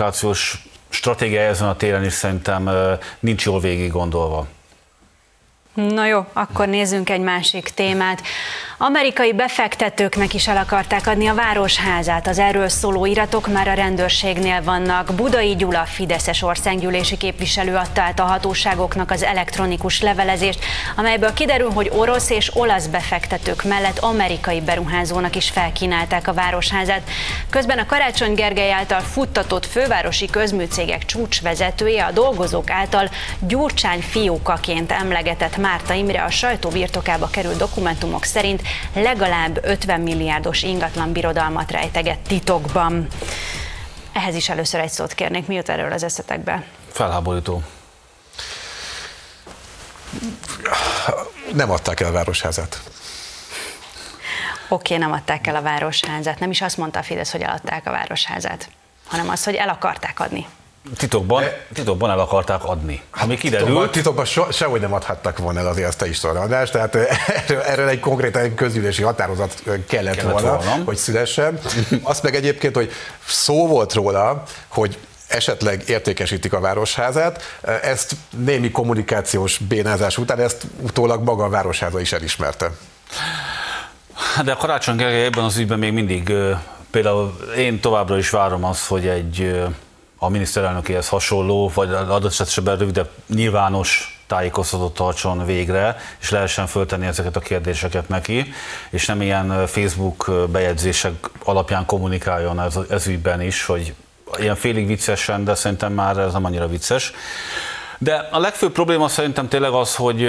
kommunikációs stratégia ezen a téren is szerintem nincs jól végig gondolva. Na jó, akkor nézzünk egy másik témát. Amerikai befektetőknek is el akarták adni a városházát. Az erről szóló iratok már a rendőrségnél vannak. Budai Gyula, fideszes országgyűlési képviselő adta át a hatóságoknak az elektronikus levelezést, amelyből kiderül, hogy orosz és olasz befektetők mellett amerikai beruházónak is felkínálták a városházát. Közben a Karácsony Gergely által futtatott fővárosi közműcégek csúcsvezetője a dolgozók által Gyurcsány fiókaként emlegetett Márta Imre a sajtó birtokába került dokumentumok szerint legalább ötven milliárdos ingatlan birodalmat rejteget titokban. Ehhez is először egy szót kérnék, mi jut erről az eszetekbe? Felháborító. Nem adták el a városházát. Oké, nem adták el a városházát. Nem is azt mondta a Fidesz, hogy eladták a városházát, hanem azt, hogy el akarták adni. Titokban, titokban el akarták adni. Ami kiderült... Titokban, titokban so, sehogy nem adhattak volna el azért azt a istorandás, tehát erről, erről egy konkrétan közülési határozat kellett, kellett volna, volna, hogy szülessen. Azt meg egyébként, hogy szó volt róla, hogy esetleg értékesítik a városházát, ezt némi kommunikációs bénázás után, ezt utólag maga a városháza is elismerte. De a Karácsony Gergely ebben az ügyben még mindig, például én továbbra is várom azt, hogy egy a miniszterelnökéhez hasonló, vagy adott esetben rövidebb nyilvános tájékoztatót tartson végre, és lehessen föltenni ezeket a kérdéseket neki, és nem ilyen Facebook bejegyzések alapján kommunikáljon ez, ez ügyben is, hogy ilyen félig viccesen, de szerintem már ez nem annyira vicces. De a legfőbb probléma szerintem tényleg az, hogy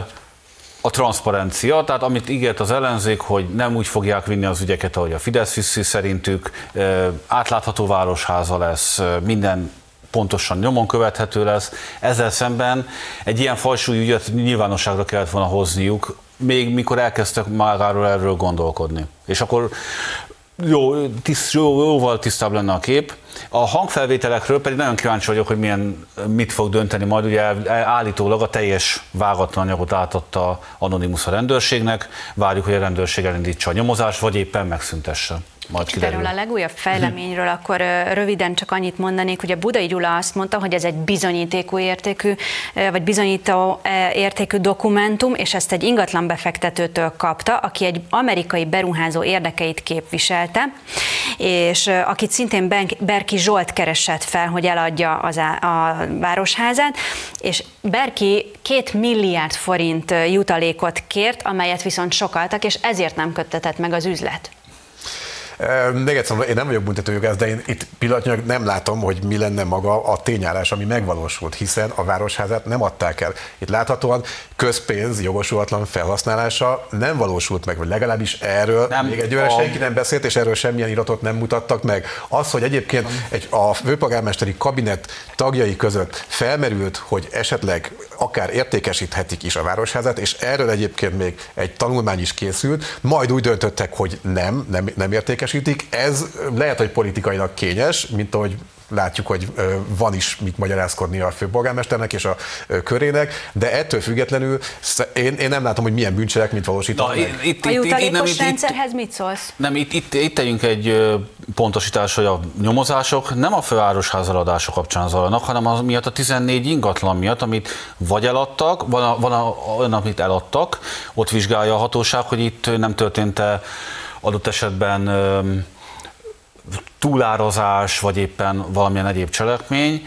a transzparencia, tehát amit ígért az ellenzék, hogy nem úgy fogják vinni az ügyeket, ahogy a Fidesz viszi szerintük, átlátható városháza lesz, minden pontosan nyomon követhető lesz. Ezzel szemben egy ilyen fajsúlyú ügyet nyilvánosságra kellett volna hozniuk, még mikor elkezdtek magáról erről gondolkodni. És akkor jó, tiszt, jó, jóval tisztább lenne a kép. A hangfelvételekről pedig nagyon kíváncsi vagyok, hogy milyen, mit fog dönteni majd. Ugye állítólag a teljes vágatlan anyagot átadta Anonymous a rendőrségnek. Várjuk, hogy a rendőrség elindítsa a nyomozást, vagy éppen megszüntesse. Majd erről a legújabb fejleményről akkor röviden csak annyit mondanék, hogy a Budai Gyula azt mondta, hogy ez egy bizonyítékú értékű, vagy bizonyító értékű dokumentum, és ezt egy ingatlan befektetőtől kapta, aki egy amerikai beruházó érdekeit képviselte, és akit szintén Berki Zsolt keresett fel, hogy eladja az a városházát, és Berki két milliárd forint jutalékot kért, amelyet viszont sokaltak, és ezért nem köttetett meg az üzlet. Még egyszer, én nem vagyok büntetőjogász, de én itt pillanatnyilag nem látom, hogy mi lenne maga a tényállás, ami megvalósult, hiszen a városházát nem adták el. Itt láthatóan közpénz jogosulatlan felhasználása nem valósult meg, vagy legalábbis erről nem, még egy olyan a... senki nem beszélt, és erről semmilyen iratot nem mutattak meg. Az, hogy egyébként egy, a főpolgármesteri kabinet tagjai között felmerült, hogy esetleg akár értékesíthetik is a városházát, és erről egyébként még egy tanulmány is készült, majd úgy döntöttek, hogy nem, nem, nem értékesítik. Ez lehet, hogy politikailag kényes, mint ahogy látjuk, hogy van is mit magyarázkodni a főpolgármesternek és a körének, de ettől függetlenül én, én nem látom, hogy milyen bűncselekményt valósítanak meg. Itt, itt, a jutalékos itt, rendszerhez mit szólsz? Nem, itt, itt, itt tegyünk egy pontosítás, hogy a nyomozások nem a fővárosházal eladása kapcsán zajlanak, hanem az miatt a tizennégy ingatlan miatt, amit vagy eladtak, van, a, van a, olyan, amit eladtak, ott vizsgálja a hatóság, hogy itt nem történt-e adott esetben túlározás, vagy éppen valamilyen egyéb cselekmény,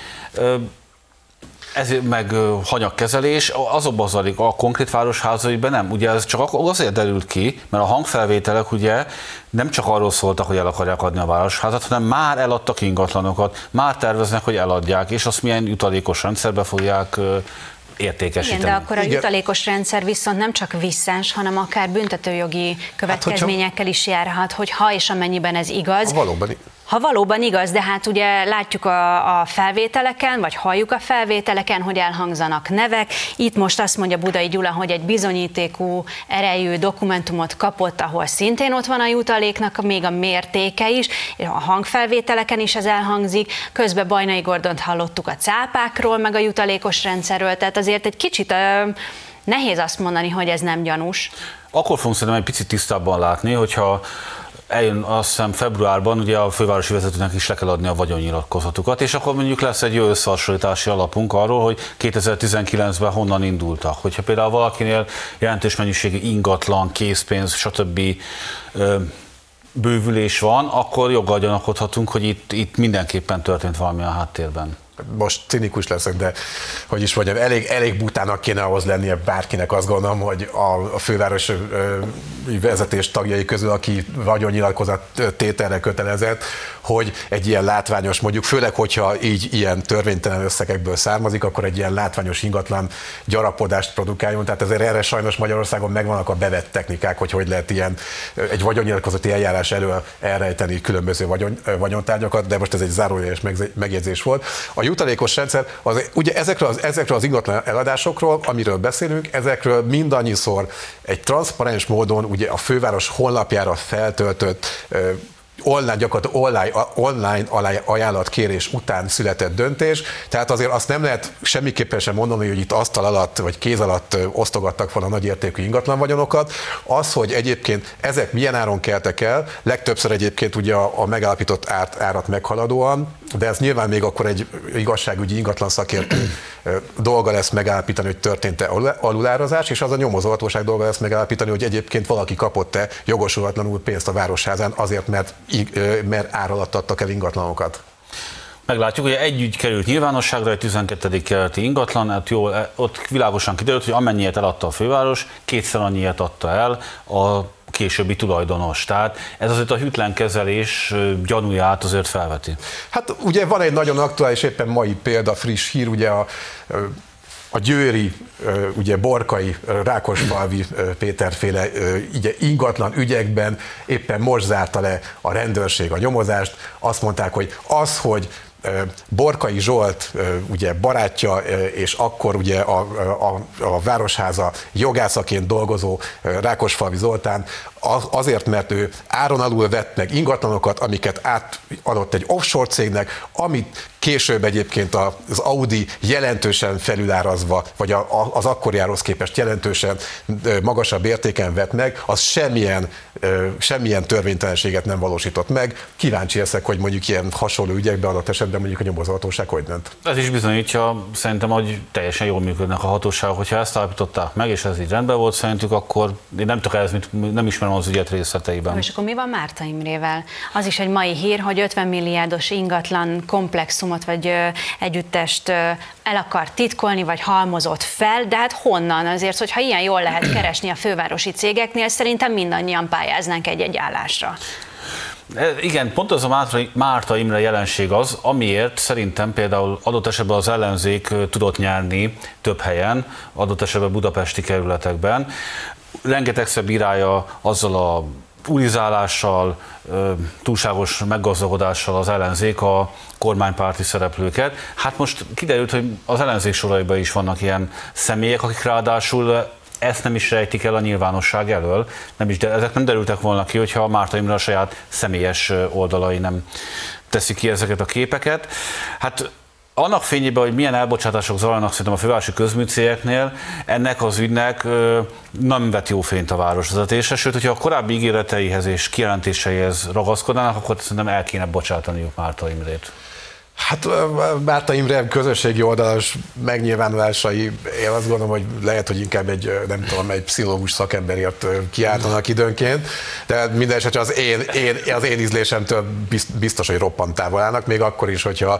ez meg hanyagkezelés, azokban zajlik a konkrét városházaiban nem. Ugye ez csak azért derült ki, mert a hangfelvételek ugye nem csak arról szóltak, hogy el akarják adni a városházat, hanem már eladtak ingatlanokat, már terveznek, hogy eladják, és azt milyen jutalékos rendszerbe fogják értékesíteni. Igen, de akkor a Igen. jutalékos rendszer viszont nem csak visszás, hanem akár büntetőjogi következményekkel hát, is járhat, hogy ha és amennyiben ez igaz. Ha valóban, ha valóban igaz, de hát ugye látjuk a, a felvételeken, vagy halljuk a felvételeken, hogy elhangzanak nevek. Itt most azt mondja Budai Gyula, hogy egy bizonyítékú erejű dokumentumot kapott, ahol szintén ott van a jutaléknak még a mértéke is, és a hangfelvételeken is ez elhangzik. Közben Bajnai Gordont hallottuk a cápákról, meg a jutalékos rendszerről, tehát azért egy kicsit uh, nehéz azt mondani, hogy ez nem gyanús. Akkor fogunk szerintem egy picit tisztábban látni, hogyha eljön azt hiszem februárban, ugye a fővárosi vezetőnek is le kell adni a vagyonnyilatkozatukat, és akkor mondjuk lesz egy jó összehasonlítási alapunk arról, hogy kétezer-tizenkilencben honnan indultak. Hogyha például valakinél jelentős mennyiségű ingatlan, készpénz, stb. Bővülés van, akkor joggal gyanakodhatunk, hogy itt, itt mindenképpen történt valami a háttérben. Most cinikus leszek, de hogy is mondjam, elég, elég butának kéne ahhoz lennie bárkinek, azt gondolom, hogy a, a főváros vezetés tagjai közül, aki vagyonnyilatkozat tételre kötelezett, hogy egy ilyen látványos, mondjuk főleg, hogyha így ilyen törvénytelen összegekből származik, akkor egy ilyen látványos ingatlan gyarapodást produkáljon. Tehát ezért erre sajnos Magyarországon megvannak a bevett technikák, hogy hogy lehet ilyen egy vagyonnyilatkozati eljárás elől elrejteni különböző vagyon, vagyontárgyakat, de most ez egy zárójeles megjegyzés volt. A jutalékos rendszer, az, ugye ezekről az, ezekről az ingatlan eladásokról, amiről beszélünk, ezekről mindannyiszor egy transzparens módon ugye a főváros honlapjára feltöltött online, gyakorlatilag online, online ajánlatkérés után született döntés, tehát azért azt nem lehet semmiképpen sem mondani, hogy itt asztal alatt vagy kéz alatt osztogattak volna nagyértékű ingatlan vagyonokat. Az, hogy egyébként ezek milyen áron keltek el, legtöbbször egyébként ugye a, a megállapított árt, árat meghaladóan, de ez nyilván még akkor egy igazságügyi ingatlan szakértő dolga lesz megállapítani, hogy történt-e alulárazás, és az a nyomozóhatóság dolga lesz megállapítani, hogy egyébként valaki kapott-e jogosulatlanul pénzt a városházán azért, mert, mert ár alatt adtak el ingatlanokat. Meglátjuk, hogy egy ügy került nyilvánosságra, egy tizenkettedik kerületi ingatlan, hát jól, ott világosan kiderült, hogy amennyiet eladta a főváros, kétszer annyiet adta el a későbbi tulajdonos. Tehát ez azért a hűtlen kezelés gyanúját azért felveti. Hát ugye van egy nagyon aktuális, éppen mai példa, friss hír, ugye a, a győri, ugye borkai, rákosfalvi Péterféle ugye ingatlan ügyekben éppen most zárta le a rendőrség a nyomozást. Azt mondták, hogy az, hogy Borkai Zsolt ugye barátja, és akkor ugye a, a, a Városháza jogászaként dolgozó Rákosfalvi Zoltán azért, mert ő áron alul vett meg ingatlanokat, amiket átadott egy offshore cégnek, amit később egyébként az Audi jelentősen felülárazva, vagy az akkoriához képest jelentősen magasabb értéken vett meg, az semmilyen, semmilyen törvénytelenséget nem valósított meg. Kíváncsi leszek, hogy mondjuk ilyen hasonló ügyekben adott esetben mondjuk a nyomozóhatóság hogy dönt. Ez is bizonyítja szerintem, hogy teljesen jól működnek a hatóságok. Hogyha ezt állapították meg, és ez így rendben volt szerintük, akkor én nem tudok ez, nem ismerem az ügyet részleteiben. És akkor mi van Márta Imrével? Az is egy mai hír, hogy ötven milliárdos ingatlan komplexumot vagy együttest el akar titkolni, vagy halmozott fel, de hát honnan azért, hogyha ilyen jól lehet keresni a fővárosi cégeknél, szerintem mindannyian pályáznánk egy-egy állásra. Igen, pont az a Márta Imre jelenség az, amiért szerintem például adott esetben az ellenzék tudott nyerni több helyen, adott esetben budapesti kerületekben. Rengetegszer bírálja azzal a ulizálással, túlságos meggazdagodással az ellenzék a kormánypárti szereplőket. Hát most kiderült, hogy az ellenzék soraiban is vannak ilyen személyek, akik ráadásul ezt nem is rejtik el a nyilvánosság elől, nem is, de ezek nem derültek volna ki, hogyha Márta Imre a saját személyes oldalai nem teszik ki ezeket a képeket. Hát annak fényében, hogy milyen elbocsátások zajlanak szerintem a fővárosi közműcégeknél, ennek az ügynek ö, nem vett jó fényt a városvezetésre, sőt, hogyha a korábbi ígéreteihez és kijelentéseihez ragaszkodnának, akkor szerintem el kéne bocsátaniuk Márta Imrét. Hát Márta Imre közösségi oldalas megnyilvánulásai, én azt gondolom, hogy lehet, hogy inkább egy, nem tudom, egy pszichológus szakemberért kiáltanak időnként, de minden esetre az én, én, az én ízlésemtől biztos, hogy roppant távol állnak, még akkor is, hogyha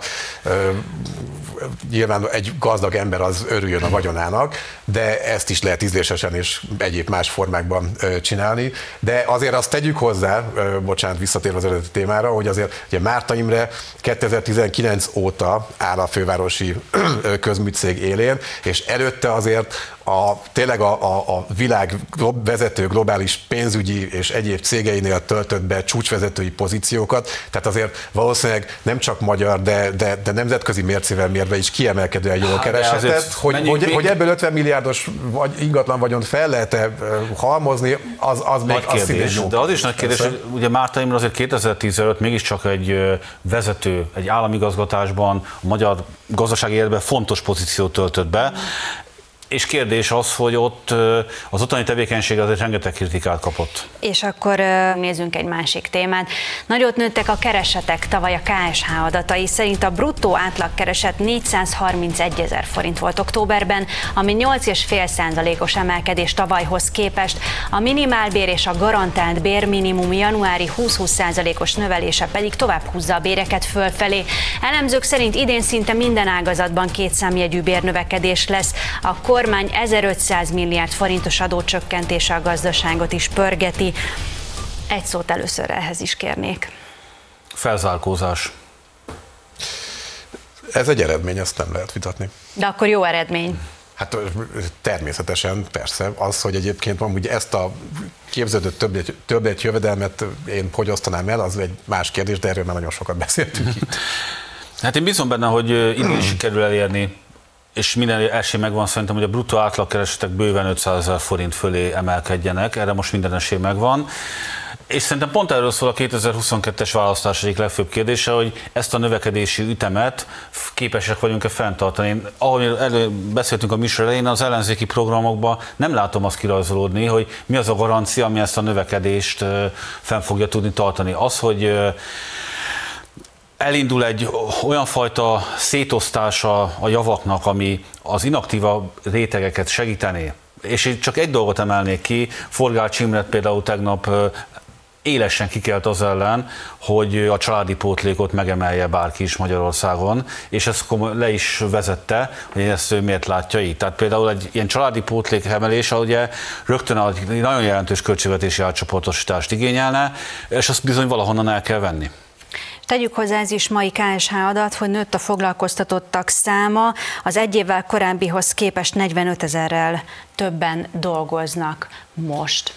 nyilván egy gazdag ember az örüljön a vagyonának, de ezt is lehet ízlésesen és egyéb más formákban csinálni. De azért azt tegyük hozzá, bocsánat, visszatérve az eredeti témára, hogy azért ugye Márta Imre kétezer-tizenkilenc óta áll a fővárosi közműcég élén, és előtte azért a, tényleg a, a, a világ vezető globális pénzügyi és egyéb cégeinél töltött be csúcsvezetői pozíciókat, tehát azért valószínűleg nem csak magyar, de, de, de nemzetközi mércével mérve is kiemelkedően jól keresett, hogy, hogy, hogy ebből ötven milliárdos vagy ingatlan vagyont fel lehet-e halmozni, az, az nagy még kérdés, jó. De az is nagy kérdés, hogy ugye Márta Imre azért kétezer-tíz előtt mégiscsak egy vezető, egy államigazgatásban, a magyar gazdasági életben fontos pozíciót töltött be. És kérdés az, hogy ott az ottani tevékenység azért rengeteg kritikát kapott. És akkor nézzünk egy másik témát. Nagyot nőttek a keresetek, tavaly a ká es há adatai szerint a bruttó átlagkereset négyszázharmincegy ezer forint volt októberben, ami nyolc egész öt százalékos emelkedés tavalyhoz képest, a minimálbér és a garantált bérminimum januári húsz-húsz százalékos növelése pedig tovább húzza a béreket fölfelé. Elemzők szerint idén szinte minden ágazatban kétszámjegyű bérnövekedés lesz. A kormány ezerötszáz milliárd forintos adócsökkentése a gazdaságot is pörgeti. Egy szót először ehhez is kérnék. Felzárkózás. Ez egy eredmény, ezt nem lehet vitatni. De akkor jó eredmény. Hát természetesen, persze. Az, hogy egyébként amúgy ezt a képződött többlet, többlet jövedelmet én hogy osztanám el, az egy más kérdés, de erről már nagyon sokat beszéltünk itt. Hát én bízom benne, hogy idén sikerül elérni, és minden esély megvan szerintem, hogy a bruttó átlagkeresetek bőven ötszázezer forint fölé emelkedjenek, erre most minden esély megvan. És szerintem pont erről szól a kétezer-huszonkettes választás egyik legfőbb kérdése, hogy ezt a növekedési ütemet képesek vagyunk-e fenntartani. Én, ahogy elő beszéltünk a műsor elején, az ellenzéki programokban nem látom azt kirajzolódni, hogy mi az a garancia, ami ezt a növekedést fenn fogja tudni tartani. Az, hogy elindul egy olyan fajta szétosztása a javaknak, ami az inaktívabb rétegeket segítené. És én csak egy dolgot emelnék ki, Forgács Imre például tegnap élesen kikelt az ellen, hogy a családi pótlékot megemelje bárki is Magyarországon, és ezt le is vezette, hogy ezt ő miért látja így. Tehát például egy ilyen családi pótlék emelése ugye rögtön egy nagyon jelentős költségvetési átcsoportosítást igényelne, és azt bizony valahonnan el kell venni. Tegyük hozzá, ez is mai ká es há adat, hogy nőtt a foglalkoztatottak száma, az egy évvel korábbihoz képest negyvenöt ezerrel többen dolgoznak most.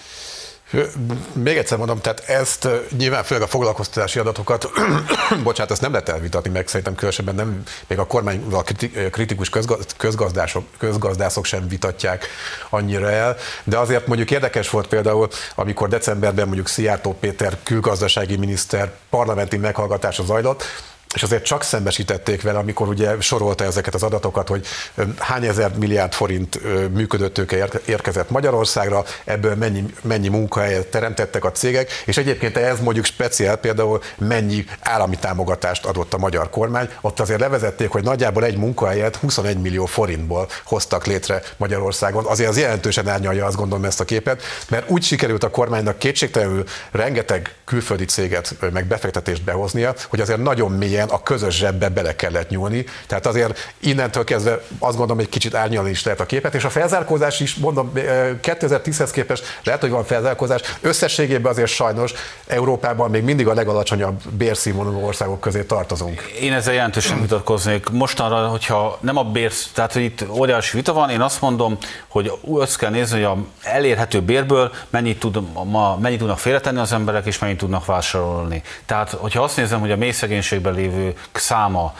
Még egyszer mondom, tehát ezt nyilván főleg a foglalkoztatási adatokat, bocsánat, ezt nem lehet elvitatni, meg szerintem különösebben nem, még a kormányval kritikus közgazdások, közgazdászok sem vitatják annyira el, de azért mondjuk érdekes volt például, amikor decemberben mondjuk Szijjártó Péter külgazdasági miniszter parlamenti meghallgatása zajlott, és azért csak szembesítették vele, amikor ugye sorolta ezeket az adatokat, hogy hány ezer milliárd forint működőtőke érkezett Magyarországra, ebből mennyi, mennyi munkahelyet teremtettek a cégek, és egyébként ez mondjuk speciál például mennyi állami támogatást adott a magyar kormány. Ott azért levezették, hogy nagyjából egy munkahelyet huszonegy millió forintból hoztak létre Magyarországon. Azért az jelentősen árnyalja, azt gondolom, ezt a képet, mert úgy sikerült a kormánynak kétségtelenül rengeteg külföldi céget meg befektetést behoznia, hogy azért nagyon mélyen a közös zsebbe bele kellett nyúlni. Tehát azért innentől kezdve azt gondolom, egy kicsit árnyalni is lehet a képet, és a felzárkózás is, mondom, kétezer-tízhez képest lehet, hogy van felzárkózás. Összességében azért sajnos Európában még mindig a legalacsonyabb bérszínvonalú országok közé tartozunk. Én ezzel jelentősen vitatkoznék. Mostanra, hogyha nem a bér, tehát hogy itt óriási vita van, én azt mondom, hogy azt kell nézni, hogy az elérhető bérből mennyit, tud, ma, mennyit tudnak félretenni az emberek, és mennyit tudnak vásárolni. Tehát, hogyha azt nézem, hogy a mély szegénységben lévők száma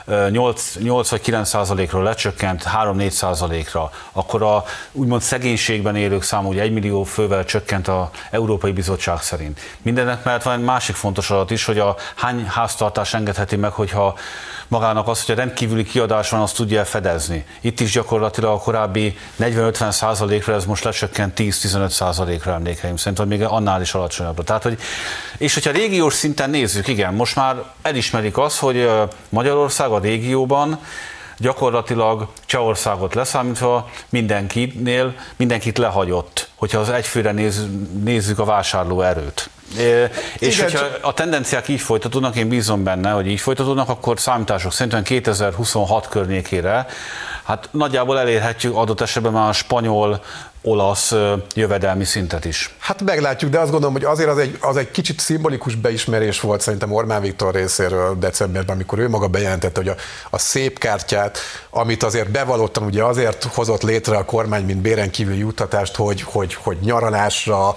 nyolc vagy kilenc százalékról lecsökkent három-négy százalékra, akkor a úgymond szegénységben élők száma ugye egy millió fővel csökkent az Európai Bizottság szerint. Mindenek mellett van egy másik fontos adat is, hogy a hány háztartás engedheti meg, hogyha magának az, hogy a rendkívüli kiadás van, azt tudja fedezni. Itt is gyakorlatilag a korábbi negyven-ötven százalékra, ez most lecsökkent tíz-tizenöt százalékra emlékeim szerint, vagy még annál is alacsonyabbra. Tehát, hogy, és hogyha régiós szinten nézzük, igen, most már elismerik azt, hogy Magyarország a régióban gyakorlatilag Csehországot leszámítva mindenkinél, mindenkit lehagyott, hogyha az egyfőre néz, nézzük a vásárlóerőt. É, és igen, hogyha a tendenciák így folytatódnak, én bízom benne, hogy így folytatódnak, akkor számítások szerintem kétezer-huszonhat környékére, hát nagyjából elérhetjük adott esetben már a spanyol, olasz jövedelmi szintet is. Hát meglátjuk, de azt gondolom, hogy azért az egy, az egy kicsit szimbolikus beismerés volt szerintem Orbán Viktor részéről decemberben, amikor ő maga bejelentette, hogy a, a szép kártyát, amit azért bevallottan ugye azért hozott létre a kormány, mint béren kívüli juttatást, hogy, hogy, hogy nyaralásra,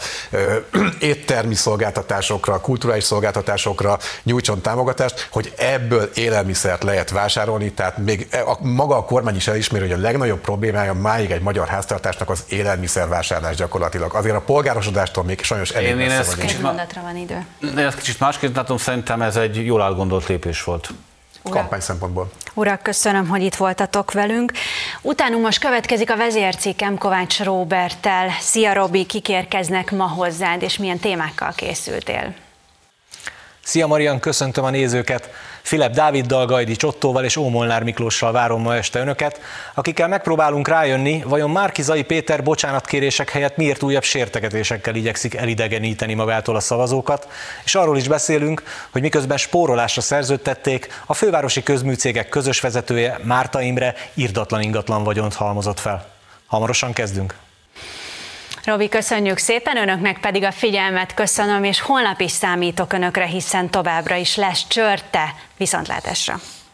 éttermi szolgáltatásokra, kulturális szolgáltatásokra nyújtson támogatást, hogy ebből élelmiszert lehet vásárolni, tehát még a, maga a kormány is elismeri, hogy a legnagyobb problémája máig egy magyar háztartásnak az élelmiszervásárlás gyakorlatilag. Azért a polgárosodástól még sajnos elég én, én Egy mondatra van idő. Én ezt kicsit másként látom, szerintem ez egy jól átgondolt lépés volt. kampány szempontból. Urak, köszönöm, hogy itt voltatok velünk. Utánunk most következik a vezércikkem Kovács Róberttel. Szia Robi, kik érkeznek ma hozzád, és milyen témákkal készültél? Szia Marian, köszöntöm a nézőket! Filip Dáviddal, Gajdi Csottóval és Ómolnár Miklóssal várom ma este önöket, akikkel megpróbálunk rájönni, vajon Márki-Zay Péter bocsánatkérések helyett miért újabb sértegetésekkel igyekszik elidegeníteni magától a szavazókat, és arról is beszélünk, hogy miközben spórolásra szerződtették, a fővárosi közműcégek közös vezetője, Márta Imre irdatlan ingatlan vagyont halmozott fel. Hamarosan kezdünk. Robi, köszönjük szépen, önöknek pedig a figyelmet köszönöm, és holnap is számítok önökre, hiszen továbbra is lesz Csörte. Viszontlátásra!